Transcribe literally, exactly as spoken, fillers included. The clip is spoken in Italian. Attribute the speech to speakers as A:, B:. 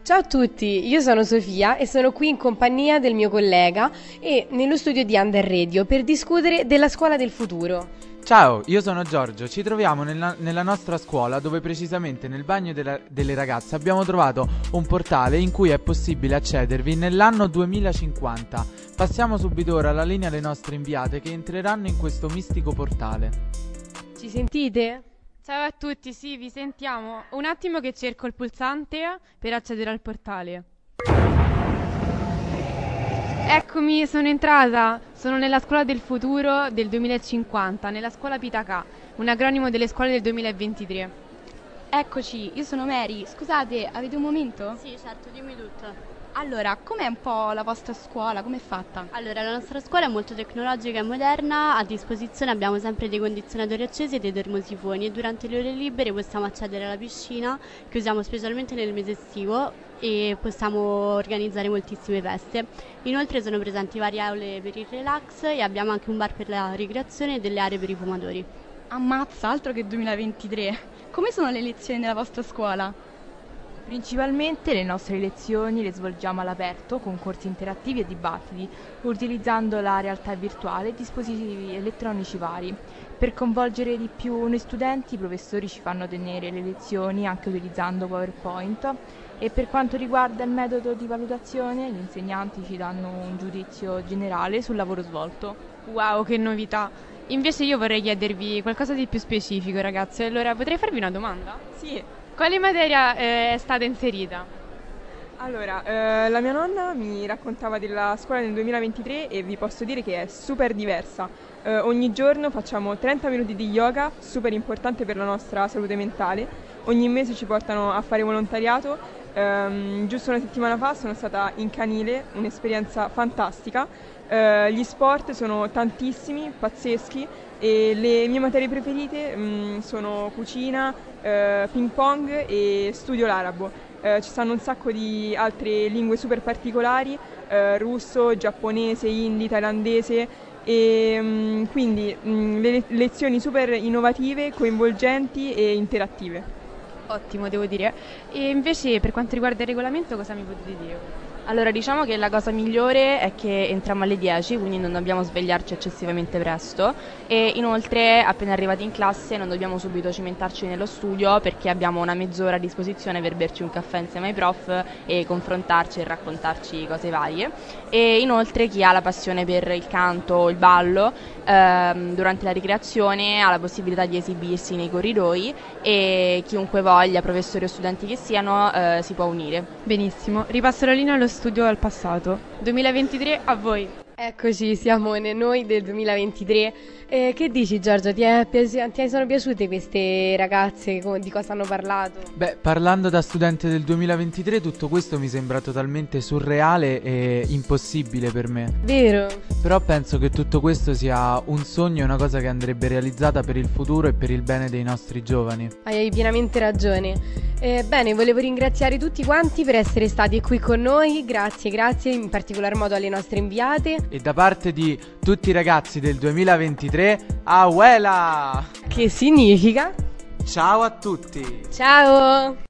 A: Ciao a tutti, io sono Sofia e sono qui in compagnia del mio collega e nello studio di Under Radio per discutere della scuola del futuro.
B: Ciao, io sono Giorgio, ci troviamo nella, nella nostra scuola dove precisamente nel bagno della- delle ragazze abbiamo trovato un portale in cui è possibile accedervi nell'anno duemilacinquanta. Passiamo subito ora la linea alle nostre inviate che entreranno in questo mistico portale.
A: Ci sentite?
C: Ciao a tutti, sì, vi sentiamo. Un attimo che cerco il pulsante per accedere al portale. Eccomi, sono entrata. Sono nella scuola del futuro del duemilacinquanta, nella scuola Pitacà, un acronimo delle scuole del duemilaventitré.
D: Eccoci, io sono Mary. Scusate, avete un momento?
E: Sì, certo, dimmi tutto.
D: Allora, com'è un po' la vostra scuola? Com'è fatta?
E: Allora, la nostra scuola è molto tecnologica e moderna, a disposizione abbiamo sempre dei condizionatori accesi e dei termosifoni e durante le ore libere possiamo accedere alla piscina che usiamo specialmente nel mese estivo e possiamo organizzare moltissime feste. Inoltre sono presenti varie aule per il relax e abbiamo anche un bar per la ricreazione e delle aree per i fumatori.
D: Ammazza, altro che duemilaventitré. Come sono le lezioni nella vostra scuola?
F: Principalmente le nostre lezioni le svolgiamo all'aperto con corsi interattivi e dibattiti, utilizzando la realtà virtuale e dispositivi elettronici vari. Per coinvolgere di più noi studenti, i professori ci fanno tenere le lezioni anche utilizzando PowerPoint e per quanto riguarda il metodo di valutazione, gli insegnanti ci danno un giudizio generale sul lavoro svolto.
C: Wow, che novità! Invece io vorrei chiedervi qualcosa di più specifico, ragazzi. Allora, potrei farvi una domanda?
G: Sì,
C: Quale materia eh, è stata inserita?
G: allora, eh, la mia nonna mi raccontava della scuola nel duemilaventitré e vi posso dire che è super diversa. Eh, ogni giorno facciamo trenta minuti di yoga, super importante per la nostra salute mentale. Ogni mese ci portano a fare volontariato. Ehm, giusto una settimana fa sono stata in canile, un'esperienza fantastica. Eh, gli sport sono tantissimi, pazzeschi e le mie materie preferite mh, sono cucina, eh, ping pong e studio l'arabo. Eh, ci stanno un sacco di altre lingue super particolari, eh, russo, giapponese, hindi, thailandese e mh, quindi mh, le le- lezioni super innovative, coinvolgenti e interattive.
C: Ottimo, devo dire. E invece per quanto riguarda il regolamento, cosa mi potete dire?
F: Allora, diciamo che la cosa migliore è che entriamo alle dieci, quindi non dobbiamo svegliarci eccessivamente presto e inoltre appena arrivati in classe non dobbiamo subito cimentarci nello studio perché abbiamo una mezz'ora a disposizione per berci un caffè insieme ai prof e confrontarci e raccontarci cose varie. E inoltre chi ha la passione per il canto o il ballo ehm, durante la ricreazione ha la possibilità di esibirsi nei corridoi e chiunque voglia, professori o studenti che siano, eh, si può unire.
C: Benissimo, ripasso la linea allo studio al passato. duemilaventitré a voi.
A: Eccoci, siamo ne- noi del duemilaventitré. Eh, che dici Giorgio, ti, è piaci- ti sono piaciute queste ragazze? Co- Di cosa hanno parlato?
B: Beh, parlando da studente del duemilaventitré, tutto questo mi sembra totalmente surreale e impossibile per me.
A: Vero?
B: Però penso che tutto questo sia un sogno e una cosa che andrebbe realizzata per il futuro e per il bene dei nostri giovani.
A: Hai pienamente ragione. Eh, bene, volevo ringraziare tutti quanti per essere stati qui con noi. Grazie, grazie, in particolar modo alle nostre inviate.
B: E da parte di tutti i ragazzi del duemilaventitré, Abuela!
A: Che significa?
B: Ciao a tutti!
A: Ciao!